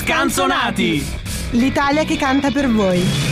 Scanzonati! L'Italia che canta per voi.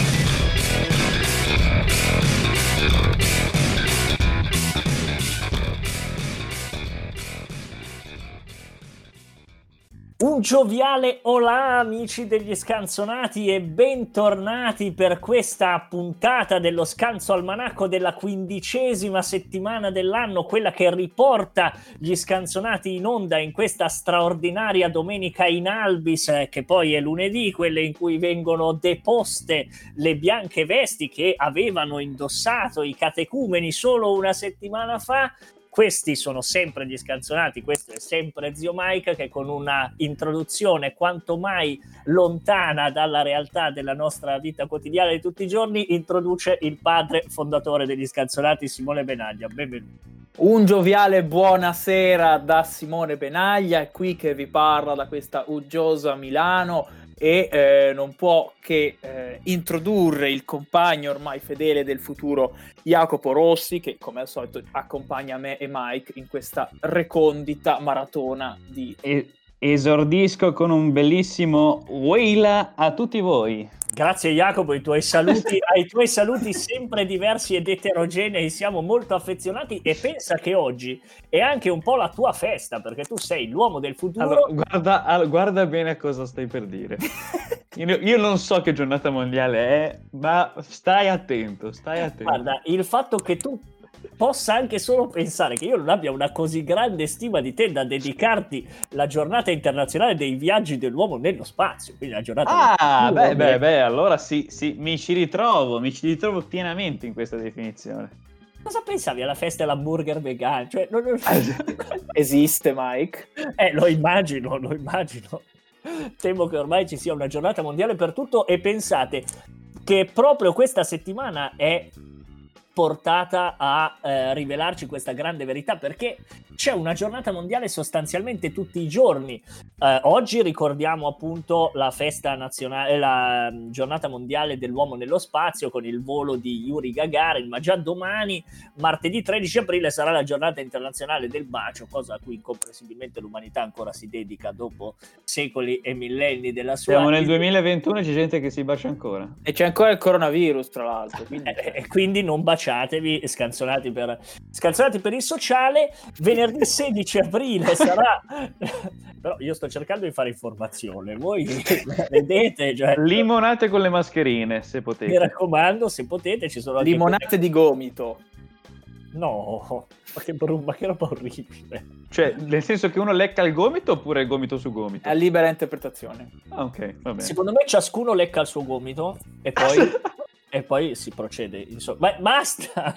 Un gioviale olà, amici degli Scanzonati, e bentornati per questa puntata dello Scanzo Almanacco della 15ª settimana dell'anno, quella che riporta gli Scanzonati in onda in questa straordinaria domenica in albis, che poi è lunedì, quelle in cui vengono deposte le bianche vesti che avevano indossato i catecumeni solo una settimana fa. Questi sono sempre gli Scanzonati, questo è sempre Zio Mike, che con una introduzione quanto mai lontana dalla realtà della nostra vita quotidiana di tutti i giorni introduce il padre fondatore degli Scanzonati, Simone Benaglia. Benvenuto. Un gioviale buonasera da Simone Benaglia, è qui che vi parla da questa uggiosa Milano e non può che introdurre il compagno ormai fedele del futuro Jacopo Rossi, che come al solito accompagna me e Mike in questa recondita maratona di... Esordisco con un bellissimo Weila a tutti voi. Grazie Jacopo, ai tuoi saluti sempre diversi ed eterogenei, siamo molto affezionati, e pensa che oggi è anche un po' la tua festa, perché tu sei l'uomo del futuro. Allora, guarda bene a cosa stai per dire. Io non so che giornata mondiale è, ma stai attento. Guarda, il fatto che tu possa anche solo pensare che io non abbia una così grande stima di te da dedicarti la giornata internazionale dei viaggi dell'uomo nello spazio, quindi la giornata allora sì, mi ci ritrovo pienamente in questa definizione. Cosa pensavi alla festa dell'hamburger vegano? Cioè, Esiste, Mike? Lo immagino. Temo che ormai ci sia una giornata mondiale per tutto, e pensate che proprio questa settimana è portata a rivelarci questa grande verità, perché c'è una giornata mondiale sostanzialmente tutti i giorni. Oggi ricordiamo appunto la festa nazionale, la giornata mondiale dell'uomo nello spazio con il volo di Yuri Gagarin, ma già domani, martedì 13 aprile, sarà la giornata internazionale del bacio, cosa a cui incomprensibilmente l'umanità ancora si dedica dopo secoli e millenni della sua... Siamo nel 2021 e c'è gente che si bacia ancora. E c'è ancora il coronavirus, tra l'altro. Quindi non baciatevi, scanzonati per il sociale. Venerdì 16 aprile sarà... Però io sto cercando di fare informazione, voi vedete, cioè... Limonate con le mascherine, se potete. Mi raccomando, se potete, ci sono anche limonate di gomito. No, ma che roba orribile. Cioè, nel senso che uno lecca il gomito oppure il gomito su gomito? È libera interpretazione. Ah, ok, va bene. Secondo me ciascuno lecca il suo gomito e poi si procede. Insomma, basta!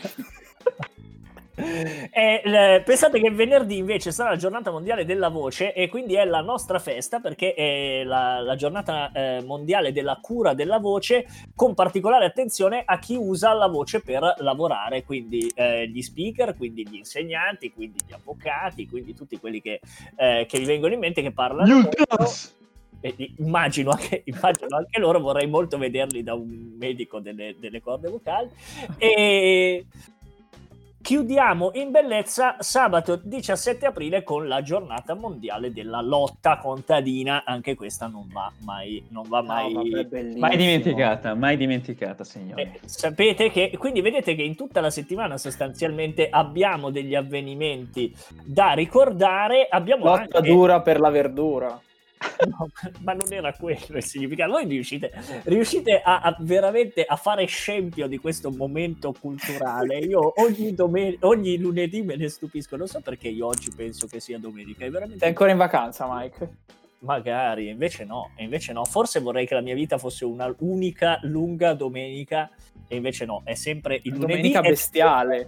Pensate che venerdì invece sarà la giornata mondiale della voce, e quindi è la nostra festa, perché è la giornata mondiale della cura della voce, con particolare attenzione a chi usa la voce per lavorare, quindi gli speaker, quindi gli insegnanti, quindi gli avvocati, quindi tutti quelli che vi vengono in mente, che parlano. Immagino anche loro, vorrei molto vederli da un medico delle corde vocali. E chiudiamo in bellezza sabato 17 aprile con la giornata mondiale della lotta contadina. Anche questa non va mai dimenticata, signore. Sapete che, quindi vedete che in tutta la settimana sostanzialmente abbiamo degli avvenimenti da ricordare. Abbiamo lotta dura per la verdura. No, ma non era quello il significato. Voi riuscite a veramente a fare scempio di questo momento culturale. Io ogni lunedì me ne stupisco. Non so perché io oggi penso che sia domenica. Sei ancora in vacanza, Mike? Magari, invece no. Forse vorrei che la mia vita fosse una unica lunga domenica, e invece no, è sempre il lunedì. Domenica bestiale.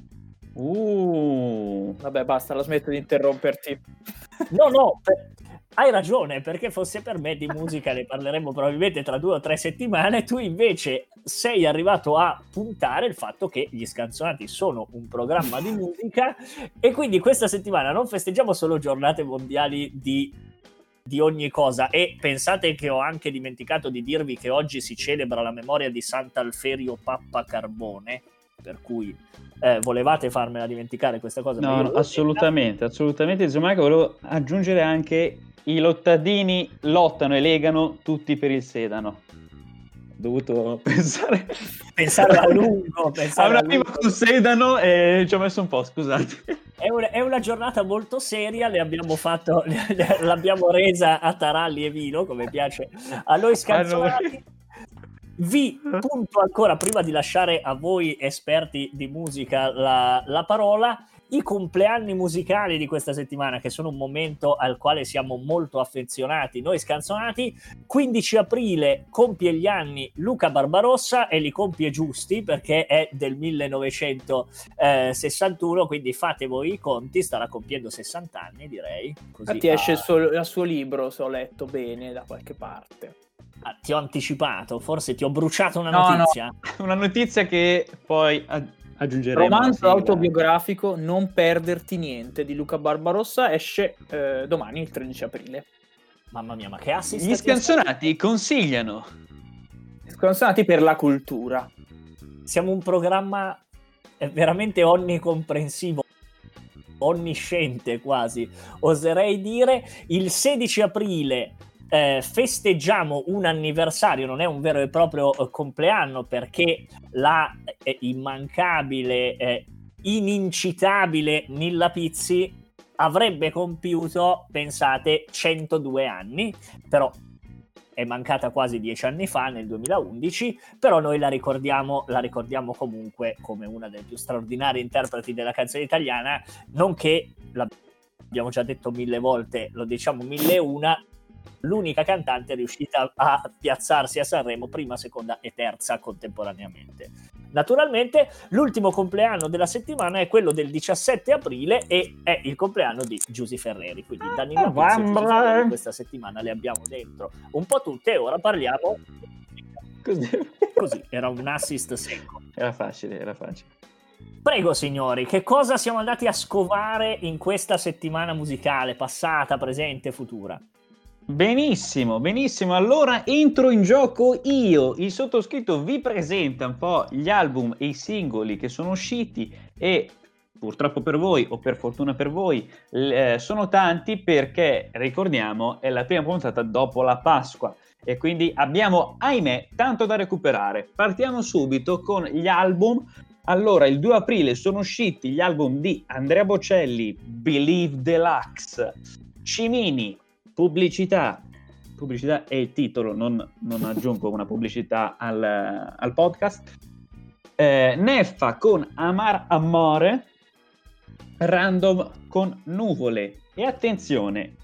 Vabbè, basta, la smetto di interromperti. No. Hai ragione, perché fosse per me di musica ne parleremo probabilmente tra 2 o 3 settimane. Tu invece sei arrivato a puntare il fatto che gli Scanzonati sono un programma di musica, e quindi questa settimana non festeggiamo solo giornate mondiali di ogni cosa. E pensate che ho anche dimenticato di dirvi che oggi si celebra la memoria di Sant'Alferio Papa Carbone. per cui volevate farmela dimenticare questa cosa. Ma io No, non l'ho assolutamente, assolutamente. Insomma, volevo aggiungere anche i lottadini lottano e legano tutti per il sedano. Ho dovuto pensare a lungo, a pensare una a prima lungo. sul sedano e ci ho messo un po', scusate. È una giornata molto seria, l'abbiamo resa a taralli e vino, come piace a noi scanzonati. Vi punto ancora, prima di lasciare a voi esperti di musica la parola, i compleanni musicali di questa settimana, che sono un momento al quale siamo molto affezionati noi scanzonati. 15 aprile compie gli anni Luca Barbarossa, e li compie giusti perché è del 1961, quindi fate voi i conti, starà compiendo 60 anni, direi. Così Infatti esce il suo libro, se ho letto bene da qualche parte. Ti ho anticipato, forse ti ho bruciato una notizia. No. Una notizia che poi aggiungeremo. Romanzo autobiografico Non perderti niente di Luca Barbarossa esce domani, il 13 aprile. Mamma mia, ma che assist! Gli scanzonati consigliano. Scanzonati per la cultura. Siamo un programma veramente onnicomprensivo, onnisciente quasi, oserei dire. Il 16 aprile festeggiamo un anniversario, non è un vero e proprio compleanno, perché la immancabile, inincitabile Nilla Pizzi avrebbe compiuto, pensate, 102 anni, però è mancata quasi 10 anni fa, nel 2011, però noi la ricordiamo comunque come una delle più straordinarie interpreti della canzone italiana, nonché, l'abbiamo già detto 1000 volte, lo diciamo 1001, l'unica cantante riuscita a piazzarsi a Sanremo prima, seconda e terza contemporaneamente. Naturalmente l'ultimo compleanno della settimana è quello del 17 aprile e è il compleanno di Giusy Ferreri, quindi da Nilla Pizzi e Giusy Ferreri questa settimana le abbiamo dentro un po' tutte, e ora parliamo così, era un assist secco. Era facile. Prego signori, che cosa siamo andati a scovare in questa settimana musicale, passata, presente, futura? Benissimo. Allora entro in gioco io. Il sottoscritto vi presenta un po' gli album e i singoli che sono usciti, e purtroppo per voi o per fortuna per voi sono tanti, perché ricordiamo è la prima puntata dopo la Pasqua e quindi abbiamo, ahimè, tanto da recuperare. Partiamo subito con gli album. Allora, il 2 aprile sono usciti gli album di Andrea Bocelli, Believe Deluxe, Cimini, Pubblicità è il titolo, non aggiungo una pubblicità al podcast, Neffa con Amar Amore, Random con Nuvole, e attenzione,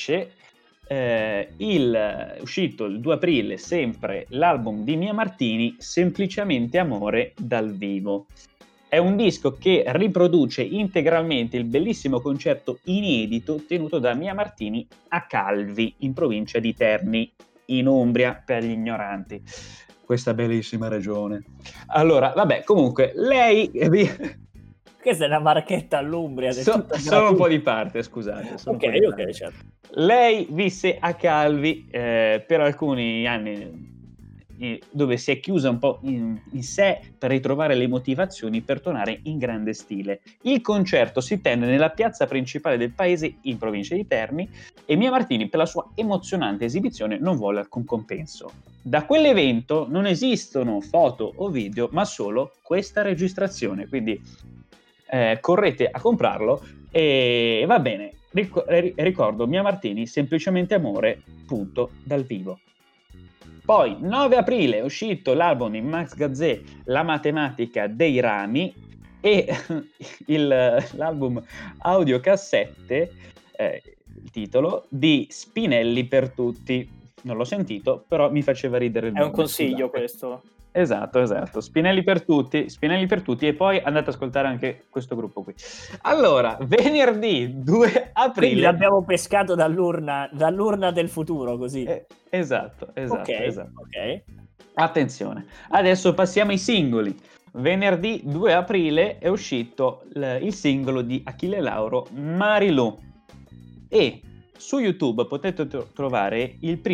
uscito il 2 aprile sempre l'album di Mia Martini, Semplicemente Amore dal vivo. È un disco che riproduce integralmente il bellissimo concerto inedito tenuto da Mia Martini a Calvi, in provincia di Terni, in Umbria, per gli ignoranti. Questa bellissima regione. Allora, vabbè, comunque, lei... Questa è una marchetta all'Umbria. Solo un po' di parte, scusate. Ok, certo. Lei visse a Calvi per alcuni anni, dove si è chiusa un po' in sé per ritrovare le motivazioni per tornare in grande stile. Il concerto si tenne nella piazza principale del paese, in provincia di Terni, e Mia Martini, per la sua emozionante esibizione, non volle alcun compenso. Da quell'evento non esistono foto o video, ma solo questa registrazione, quindi correte a comprarlo e va bene. Ricordo Mia Martini, Semplicemente Amore, punto, dal vivo. Poi 9 aprile è uscito l'album di Max Gazzè, La matematica dei rami, e l'album audiocassette, il titolo, di Spinelli per tutti. Non l'ho sentito, però mi faceva ridere il nome. È un consiglio, scusate. questo. Esatto. Spinelli per tutti, e poi andate ad ascoltare anche questo gruppo qui. Allora, venerdì 2 aprile... Quindi l'abbiamo pescato dall'urna del futuro, così. Esatto. Ok. Attenzione, adesso passiamo ai singoli. Venerdì 2 aprile è uscito il singolo di Achille Lauro, Marilù, e su YouTube potete trovare il primo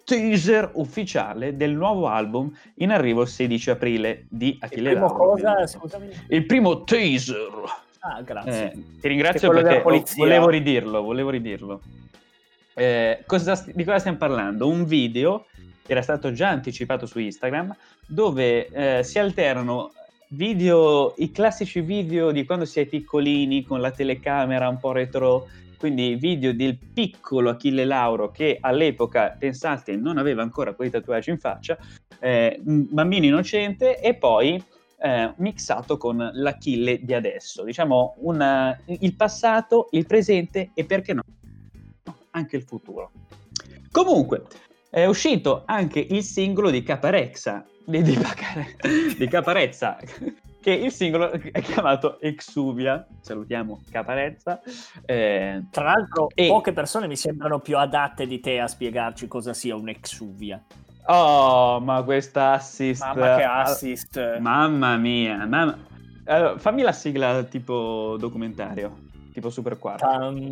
teaser ufficiale del nuovo album in arrivo il 16 aprile di Achille Lauro. Cosa, scusami? Il primo teaser. Ah, grazie. Ti ringrazio perché volevo ridirlo. Di cosa stiamo parlando? Un video che era stato già anticipato su Instagram, dove si alternano i classici video di quando si è piccolini con la telecamera un po' retro, quindi video del piccolo Achille Lauro che all'epoca, pensate, non aveva ancora quei tatuaggi in faccia, un bambino innocente, e poi mixato con l'Achille di adesso, diciamo il passato, il presente e perché no, anche il futuro. Comunque è uscito anche il singolo di Caparezza, di Caparezza, che il singolo è chiamato Exuvia. Salutiamo Caparezza. Tra l'altro poche persone mi sembrano più adatte di te a spiegarci cosa sia un Exuvia. Oh, ma questa assist. Mamma che assist. Mamma mia. Allora, fammi la sigla tipo documentario, tipo Super Quarto.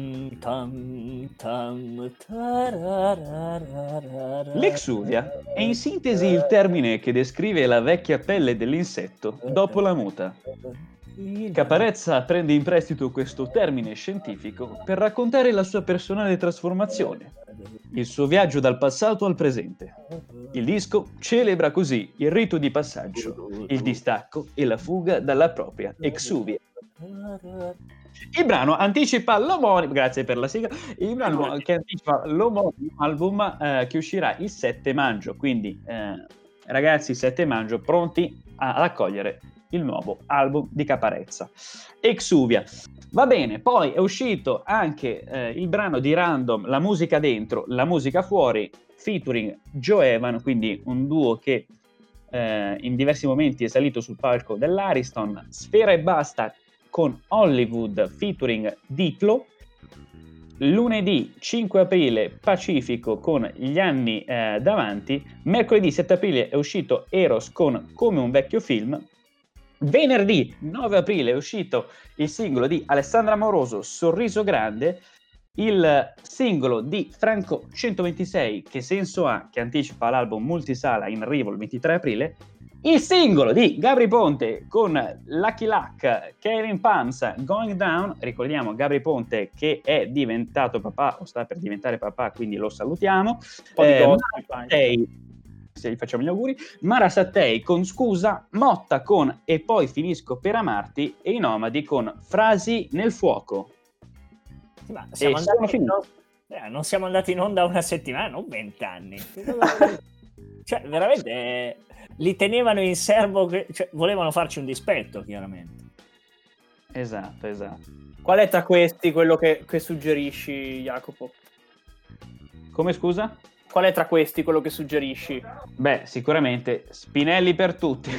L'exuvia è in sintesi il termine che descrive la vecchia pelle dell'insetto dopo la muta. Caparezza prende in prestito questo termine scientifico per raccontare la sua personale trasformazione, il suo viaggio dal passato al presente. Il disco celebra così il rito di passaggio, il distacco e la fuga dalla propria exuvia. Il brano anticipa l'omonimo, grazie per la sigla, il brano che anticipa l'omonimo album che uscirà il 7 maggio, quindi ragazzi, 7 maggio pronti ad accogliere il nuovo album di Caparezza, Exuvia. Va bene, poi è uscito anche il brano di Random, La musica dentro, la musica fuori, featuring Joe Evan, quindi un duo che in diversi momenti è salito sul palco dell'Ariston. Sfera e Basta con Hollywood featuring Diplo. Lunedì 5 aprile Pacifico con Gli anni davanti. Mercoledì 7 aprile è uscito Eros con Come un vecchio film. Venerdì 9 aprile è uscito il singolo di Alessandra Amoroso, Sorriso grande, il singolo di Franco 126, Che senso ha, che anticipa l'album multisala in arrivo il 23 aprile, il singolo di Gabry Ponte con Lucky Luck, Kevin Pams, Going Down. Ricordiamo Gabry Ponte che è diventato papà o sta per diventare papà, quindi lo salutiamo. Se gli facciamo gli auguri. Mara Sattei con Scusa, Motta con E poi finisco per amarti e i Nomadi con Frasi nel fuoco. Ma non siamo andati in onda una settimana, non 20 anni. Cioè, veramente li tenevano in serbo, cioè, volevano farci un dispetto, chiaramente. Esatto. Qual è tra questi quello che suggerisci, Jacopo? Come, scusa? Qual è tra questi quello che suggerisci? Beh, sicuramente Spinelli per tutti.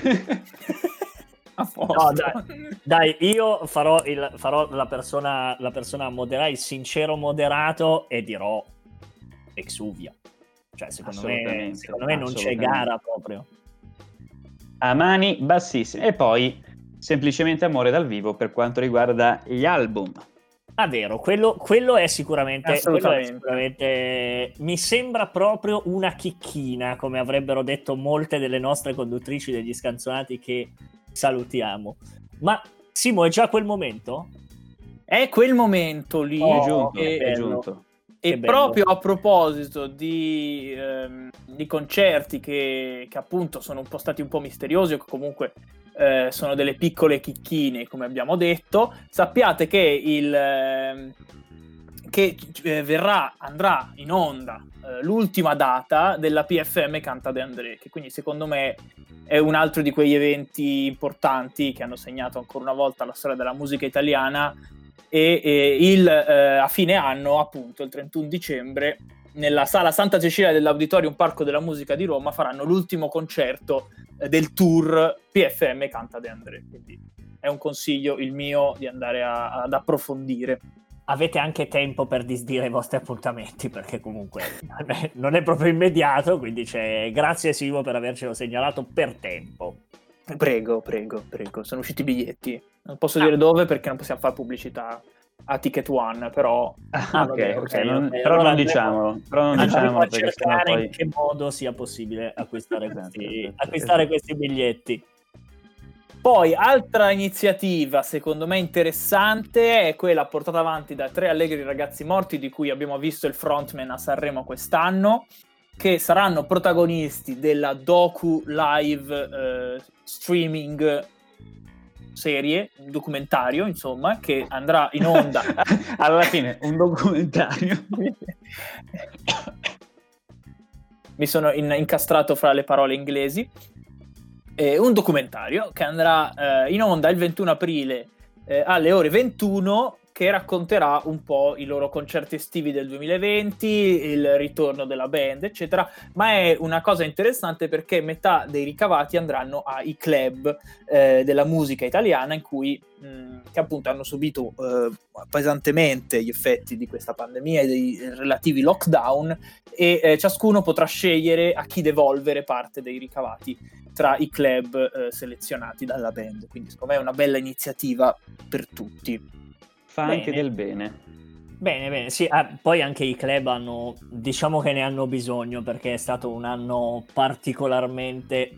No, dai, io farò la persona moderata, il sincero moderato, e dirò Exuvia. Cioè, secondo me non c'è gara proprio. A mani bassissime. E poi semplicemente amore dal vivo per quanto riguarda gli album. Ah, vero, quello è sicuramente, mi sembra proprio una chicchina, come avrebbero detto molte delle nostre conduttrici degli scanzonati che salutiamo. Ma Simo, è già quel momento? È quel momento lì. È giunto. E proprio a proposito di concerti che appunto sono un po' stati un po' misteriosi, o che comunque sono delle piccole chicchine, come abbiamo detto, sappiate che andrà in onda l'ultima data della PFM Canta De André, che quindi secondo me è un altro di quegli eventi importanti che hanno segnato ancora una volta la storia della musica italiana. A fine anno, appunto il 31 dicembre, nella sala Santa Cecilia dell'Auditorium Parco della Musica di Roma faranno l'ultimo concerto del tour PFM Canta De André, quindi è un consiglio il mio di andare ad approfondire. Avete anche tempo per disdire i vostri appuntamenti, perché comunque non è proprio immediato, quindi grazie Simo per avercelo segnalato per tempo. Prego, sono usciti i biglietti. Non posso dire dove perché non possiamo fare pubblicità a Ticket One, però... Però non diciamolo. Andremo a Perché cercare sennò poi... in che modo sia possibile acquistare Esatto. questi biglietti. Poi, altra iniziativa secondo me interessante è quella portata avanti da 3 allegri ragazzi morti, di cui abbiamo visto il frontman a Sanremo quest'anno, che saranno protagonisti della docu live streaming serie, un documentario, insomma, che andrà in onda. Alla fine, un documentario. Mi sono incastrato fra le parole inglesi. Un documentario che andrà in onda il 21 aprile alle ore 21, che racconterà un po' i loro concerti estivi del 2020, il ritorno della band, eccetera. Ma è una cosa interessante perché metà dei ricavati andranno ai club della musica italiana, in cui che appunto hanno subito pesantemente gli effetti di questa pandemia e dei relativi lockdown, e ciascuno potrà scegliere a chi devolvere parte dei ricavati tra i club selezionati dalla band. Quindi secondo me è una bella iniziativa per tutti. Fa anche del bene. Bene, sì. Poi anche i club diciamo che ne hanno bisogno, perché è stato un anno particolarmente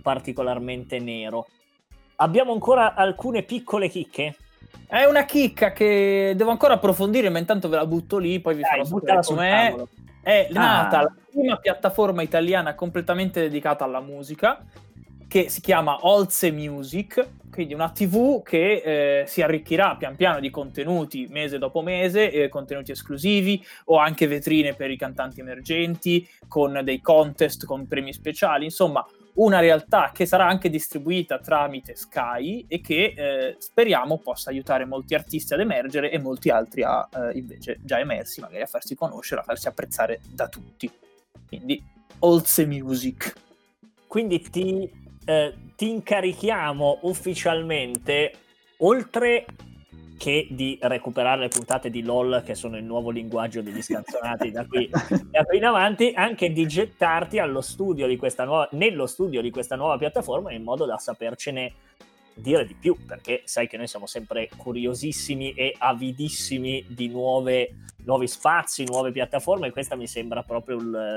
nero. Abbiamo ancora alcune piccole chicche? È una chicca che devo ancora approfondire, ma intanto ve la butto lì, poi vi farò sapere com'è. È nata la prima piattaforma italiana completamente dedicata alla musica, che si chiama Olze Music, quindi una TV che si arricchirà pian piano di contenuti mese dopo mese, contenuti esclusivi o anche vetrine per i cantanti emergenti, con dei contest, con premi speciali, insomma una realtà che sarà anche distribuita tramite Sky e che speriamo possa aiutare molti artisti ad emergere e molti altri a invece già emersi magari a farsi conoscere, a farsi apprezzare da tutti. Quindi Olze Music. Quindi ti incarichiamo ufficialmente, oltre che di recuperare le puntate di LOL, che sono il nuovo linguaggio degli scanzonati da qui in avanti, anche di gettarti nello studio di questa nuova piattaforma, in modo da sapercene dire di più, perché sai che noi siamo sempre curiosissimi e avidissimi di nuovi spazi, nuove piattaforme, e questa mi sembra proprio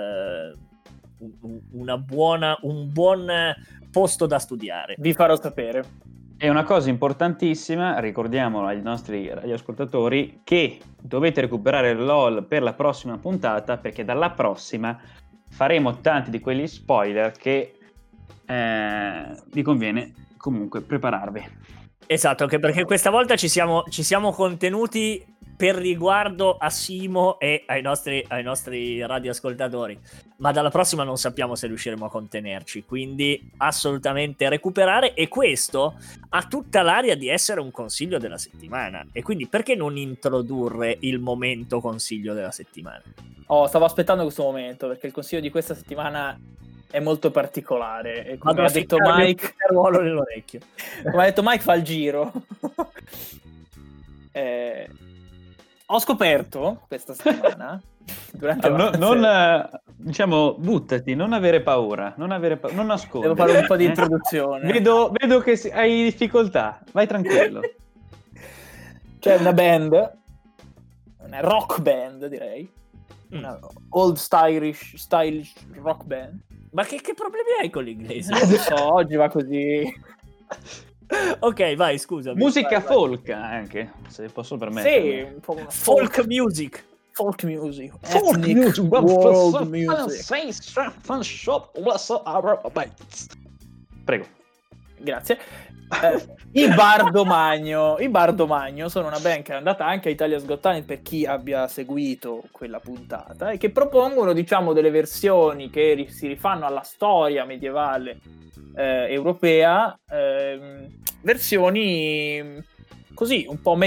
un buon posto da studiare. Vi farò sapere. È una cosa importantissima, ricordiamolo ai nostri radioascoltatori, che dovete recuperare LOL per la prossima puntata, perché dalla prossima faremo tanti di quegli spoiler che vi conviene comunque prepararvi. Esatto, anche perché questa volta ci siamo contenuti per riguardo a Simo e ai nostri radioascoltatori, ma dalla prossima non sappiamo se riusciremo a contenerci, quindi assolutamente recuperare, e questo ha tutta l'aria di essere un consiglio della settimana, e quindi perché non introdurre il momento consiglio della settimana? Stavo aspettando questo momento, perché il consiglio di questa settimana è molto particolare, e come ha detto Mike, ruolo nell'orecchio. Come ha detto Mike, fa il giro. Ho scoperto questa settimana durante diciamo, buttati, non avere paura, non nascondere. Devo fare un po' di introduzione. Vedo che hai difficoltà, vai tranquillo. C'è una band, una rock band direi, una old stylish rock band. Ma che problemi hai con l'inglese? Non lo so, oggi va così. Ok, vai, scusami. Musica vai. folk anche, se posso permettere. Sì, un po' una folk music. Folk music. Ethnic world music. Prego. Grazie. I Bardo Magno sono una band che è andata anche a Italia's Got Talent, per chi abbia seguito quella puntata, e che propongono, diciamo, delle versioni che si rifanno alla storia medievale europea, versioni così un po'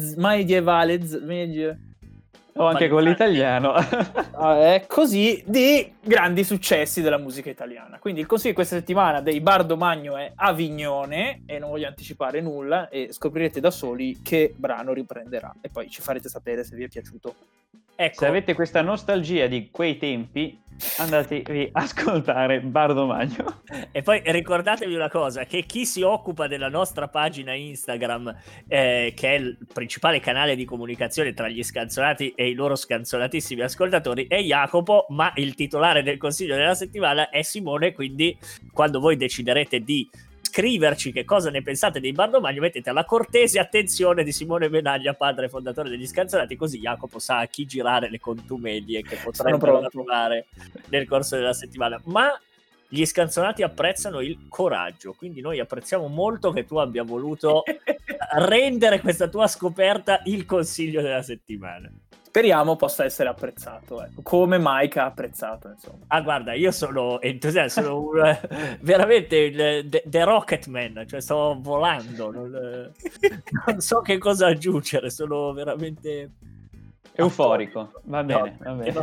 O anche con l'italiano. Così, di grandi successi della musica italiana. Quindi il consiglio di questa settimana dei Bardo Magno è Avignone, e non voglio anticipare nulla, e scoprirete da soli che brano riprenderà, e poi ci farete sapere se vi è piaciuto. Ecco. Se avete questa nostalgia di quei tempi, andatevi a ascoltare Bardomagno. E poi ricordatevi una cosa, che chi si occupa della nostra pagina Instagram, che è il principale canale di comunicazione tra gli scanzonati e i loro scanzonatissimi ascoltatori, è Jacopo, ma il titolare del consiglio della settimana è Simone, quindi quando voi deciderete di scriverci che cosa ne pensate dei Bardomagno, mettete alla cortese attenzione di Simone Benaglia, padre fondatore degli Scanzonati, così Jacopo sa a chi girare le contumeglie che potrebbero trovare nel corso della settimana. Ma gli Scanzonati apprezzano il coraggio, quindi noi apprezziamo molto che tu abbia voluto rendere questa tua scoperta il consiglio della settimana. Speriamo possa essere apprezzato, ecco, come Mike ha apprezzato, insomma. Ah, guarda, io sono entusiasta, sono veramente The Rocketman, cioè sto volando, non so che cosa aggiungere, sono veramente euforico. Va bene, va bene.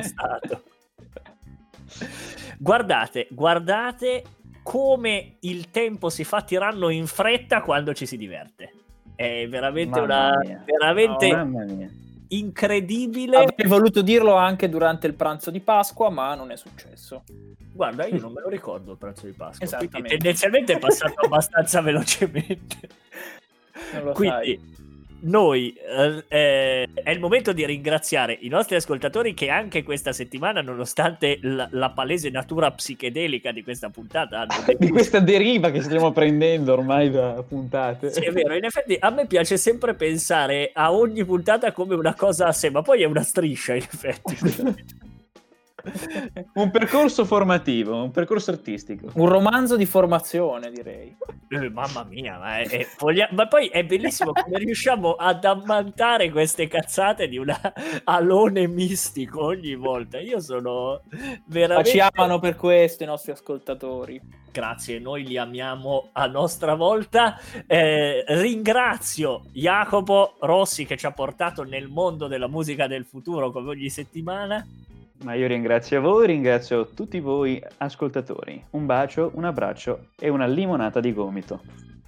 Guardate come il tempo si fa tiranno in fretta quando ci si diverte. È veramente Mamma mia. Incredibile. Avrei voluto dirlo anche durante il pranzo di Pasqua, ma non è successo. Guarda, io non me lo ricordo il pranzo di Pasqua, Esattamente. Tendenzialmente è passato abbastanza velocemente. Non lo Quindi sai. noi è il momento di ringraziare i nostri ascoltatori che anche questa settimana, nonostante la palese natura psichedelica di questa puntata, di questa deriva che stiamo prendendo ormai da puntate. Sì, è vero, in effetti a me piace sempre pensare a ogni puntata come una cosa a sé, ma poi è una striscia in effetti. Un percorso formativo, un percorso artistico, un romanzo di formazione, direi. Mamma mia, ma poi è bellissimo come riusciamo ad ammantare queste cazzate di un alone mistico ogni volta. Io sono veramente... Ci amano per questo i nostri ascoltatori. Grazie, noi li amiamo a nostra volta. Ringrazio Jacopo Rossi che ci ha portato nel mondo della musica del futuro come ogni settimana. Ma io ringrazio voi, ringrazio tutti voi ascoltatori. Un bacio, un abbraccio e una limonata di gomito.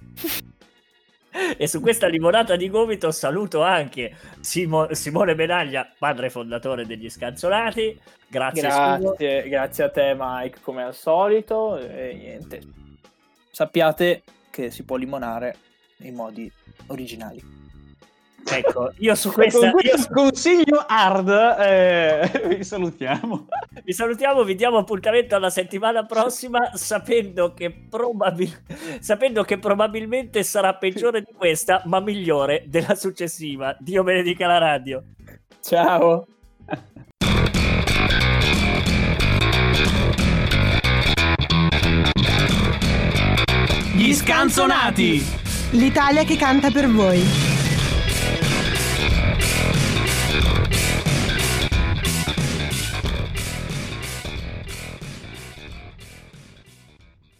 E su questa limonata di gomito saluto anche Simone Benaglia, padre fondatore degli Scanzonati. Grazie a te Mike, come al solito. E niente, sappiate che si può limonare in modi originali. Ecco, io su questa consiglio hard vi salutiamo. Vi salutiamo, vi diamo appuntamento alla settimana prossima, sapendo che probabilmente sarà peggiore di questa, ma migliore della successiva. Dio benedica la radio. Ciao. Gli Scanzonati! L'Italia che canta per voi.